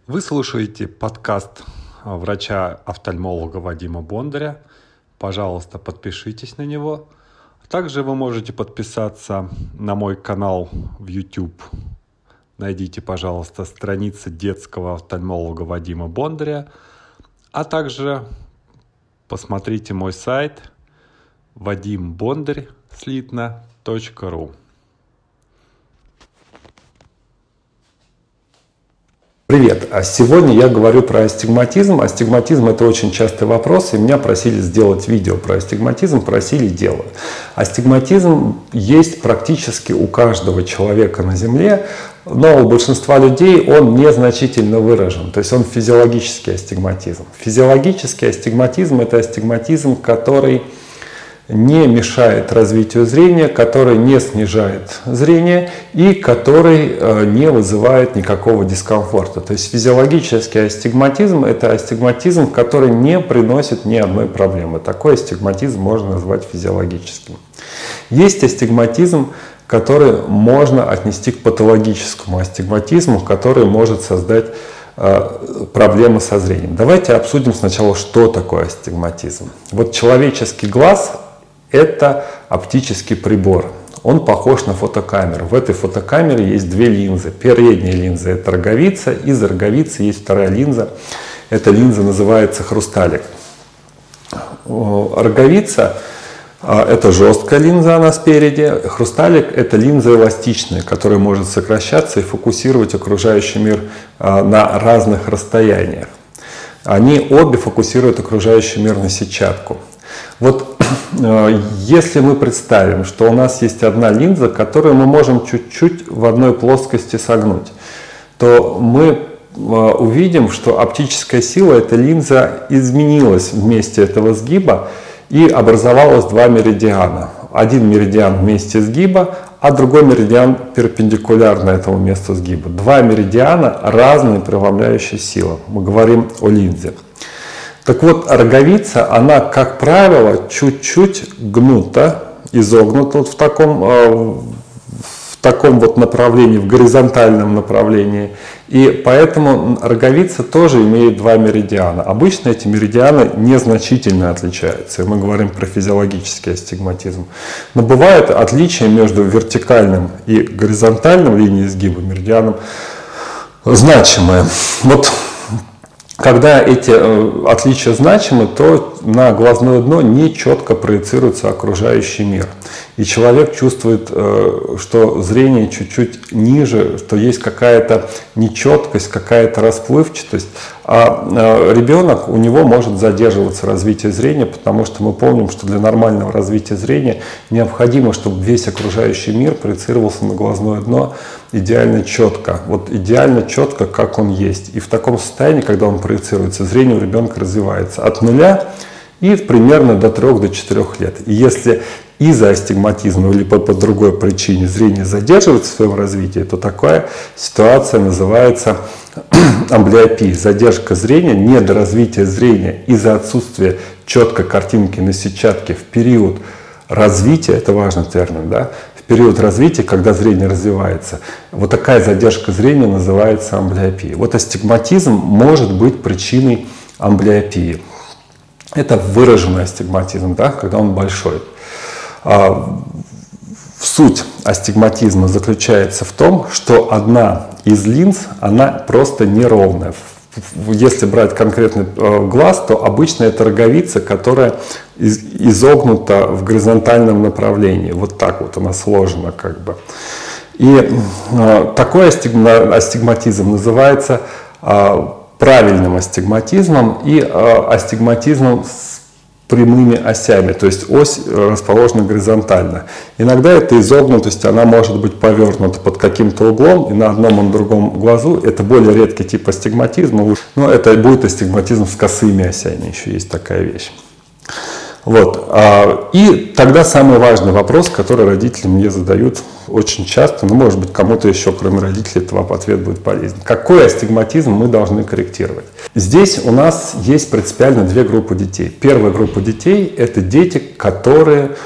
Вы слушаете подкаст врача-офтальмолога Вадима Бондаря. Пожалуйста, подпишитесь на него. Также вы можете подписаться на мой канал в YouTube. Найдите, пожалуйста, страницы детского офтальмолога Вадима Бондаря. А также посмотрите мой сайт vadimbondarь.ру. Привет! А сегодня я говорю про астигматизм. Астигматизм – это очень частый вопрос, и меня просили сделать видео про астигматизм, просили – делаю. Астигматизм есть практически у каждого человека на Земле, но у большинства людей он незначительно выражен, то есть он физиологический астигматизм. Физиологический астигматизм – это астигматизм, который не мешает развитию зрения, который не снижает зрение и который не вызывает никакого дискомфорта. То есть физиологический астигматизм – это астигматизм, который не приносит ни одной проблемы. Такой астигматизм можно назвать физиологическим. Есть астигматизм, который можно отнести к патологическому астигматизму, который может создать проблемы со зрением. Давайте обсудим сначала, что такое астигматизм. Вот человеческий глаз – это оптический прибор. Он похож на фотокамеру. В этой фотокамере есть две линзы. Передняя линза – это роговица, из роговицы есть вторая линза. Эта линза называется хрусталик. Роговица – это жесткая линза, она спереди. Хрусталик – это линза эластичная, которая может сокращаться и фокусировать окружающий мир на разных расстояниях. Они обе фокусируют окружающий мир на сетчатку. Вот если мы представим, что у нас есть одна линза, которую мы можем чуть-чуть в одной плоскости согнуть, то мы увидим, что оптическая сила этой линзы изменилась в месте этого сгиба и образовалось два меридиана. Один меридиан в месте сгиба, а другой меридиан перпендикулярно этому месту сгиба. Два меридиана разной преломляющей силы. Мы говорим о линзе. Так вот, роговица, она, как правило, чуть-чуть гнута, изогнута вот в таком вот направлении, в горизонтальном направлении. И поэтому роговица тоже имеет два меридиана. Обычно эти меридианы незначительно отличаются, и мы говорим про физиологический астигматизм. Но бывает отличие между вертикальным и горизонтальным линией изгиба меридианом значимое. Вот когда эти отличия значимы, то на глазное дно не четко проецируется окружающий мир. И человек чувствует, что зрение чуть-чуть ниже, что есть какая-то нечеткость, какая-то расплывчатость. А ребенок, у него может задерживаться развитие зрения, потому что мы помним, что для нормального развития зрения необходимо, чтобы весь окружающий мир проецировался на глазное дно идеально четко. Вот идеально четко, как он есть. И в таком состоянии, когда он проецируется, зрение у ребенка развивается от 0 и примерно до 3-4 лет. И если из-за астигматизма или по другой причине зрение задерживается в своем развитии, то такая ситуация называется амблиопией. Задержка зрения, недоразвитие зрения из-за отсутствия четкой картинки на сетчатке в период развития, это важный термин, да, в период развития, когда зрение развивается, вот такая задержка зрения называется амблиопией. Вот астигматизм может быть причиной амблиопии. Это выраженный астигматизм, да, когда он большой. Суть астигматизма заключается в том, что одна из линз, она просто неровная. Если брать конкретный глаз, то обычно это роговица, которая изогнута в горизонтальном направлении. Вот так вот она сложена как бы. И такой астигматизм называется правильным астигматизмом и астигматизмом с прямыми осями, то есть ось расположена горизонтально. Иногда эта изогнутость, она может быть повернута под каким-то углом, и на одном и на другом глазу. Это более редкий тип астигматизма, но это будет астигматизм с косыми осями, еще есть такая вещь. Вот. И тогда самый важный вопрос, который родители мне задают очень часто, ну, может быть, кому-то еще, кроме родителей, этот ответ будет полезен. Какой астигматизм мы должны корректировать? Здесь у нас есть принципиально две группы детей. Первая группа детей – это дети, которые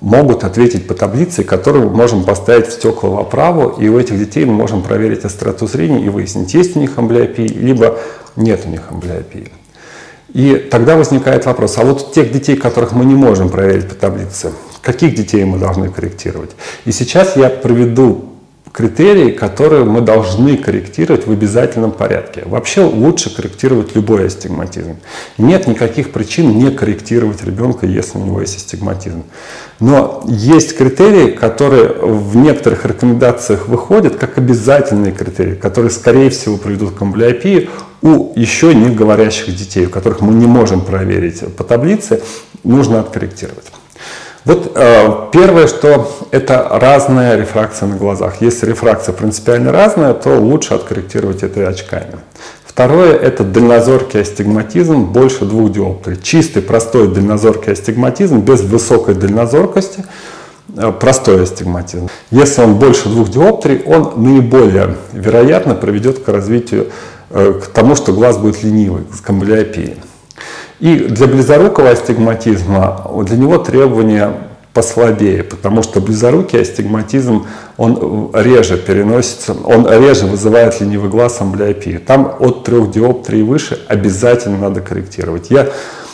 могут ответить по таблице, которую мы можем поставить в стекла в оправу, и у этих детей мы можем проверить остроту зрения и выяснить, есть у них амблиопия, либо нет у них амблиопии. И тогда возникает вопрос, а вот тех детей, которых мы не можем проверить по таблице, каких детей мы должны корректировать? И сейчас я приведу критерии, которые мы должны корректировать в обязательном порядке. Вообще лучше корректировать любой астигматизм. Нет никаких причин не корректировать ребенка, если у него есть астигматизм. Но есть критерии, которые в некоторых рекомендациях выходят как обязательные критерии, которые, скорее всего, приведут к амблиопии у еще не говорящих детей, у которых мы не можем проверить по таблице, нужно откорректировать. Вот первое, что это разная рефракция на глазах. Если рефракция принципиально разная, то лучше откорректировать это очками. Второе, это дальнозоркий астигматизм больше 2 диоптрий. Чистый, простой дальнозоркий астигматизм без высокой дальнозоркости. Простой астигматизм. Если он больше 2 диоптрий, он наиболее вероятно приведет к развитию, к тому, что глаз будет ленивый, к амблиопии. И для близорукого астигматизма, для него требования послабее, потому что близорукий астигматизм, он реже переносится, он реже вызывает ленивый глаз, амблиопии. Там от 3 диоптрий и выше обязательно надо корректировать. Я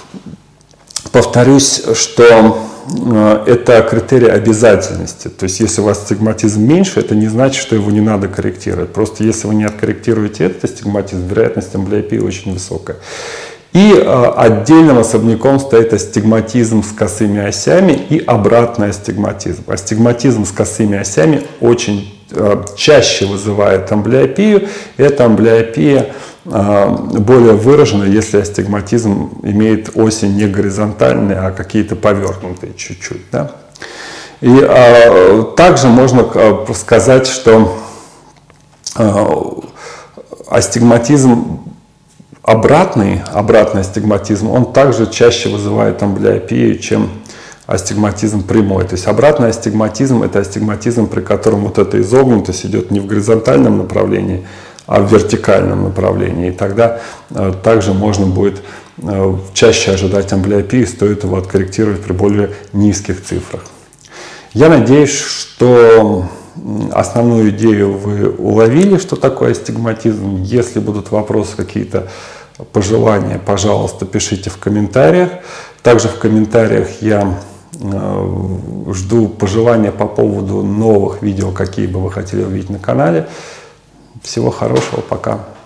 повторюсь, что это критерий обязательности. То есть, если у вас астигматизм меньше, это не значит, что его не надо корректировать. Просто если вы не откорректируете этот астигматизм, вероятность амблиопии очень высокая. И отдельным особняком стоит астигматизм с косыми осями и обратный астигматизм. Астигматизм с косыми осями очень чаще вызывает амблиопию. Эта амблиопия более выражена, если астигматизм имеет оси не горизонтальные, а какие-то повернутые чуть-чуть. Да? И также можно сказать, что астигматизм обратный астигматизм, он также чаще вызывает амблиопию, чем астигматизм прямой. То есть обратный астигматизм – это астигматизм, при котором вот эта изогнутость идет не в горизонтальном направлении, а в вертикальном направлении. И тогда также можно будет чаще ожидать амблиопии, стоит его откорректировать при более низких цифрах. Я надеюсь, что основную идею вы уловили, что такое астигматизм. Если будут вопросы какие-то, пожелания, пожалуйста, пишите в комментариях. Также в комментариях я жду пожелания по поводу новых видео, какие бы вы хотели увидеть на канале. Всего хорошего, пока.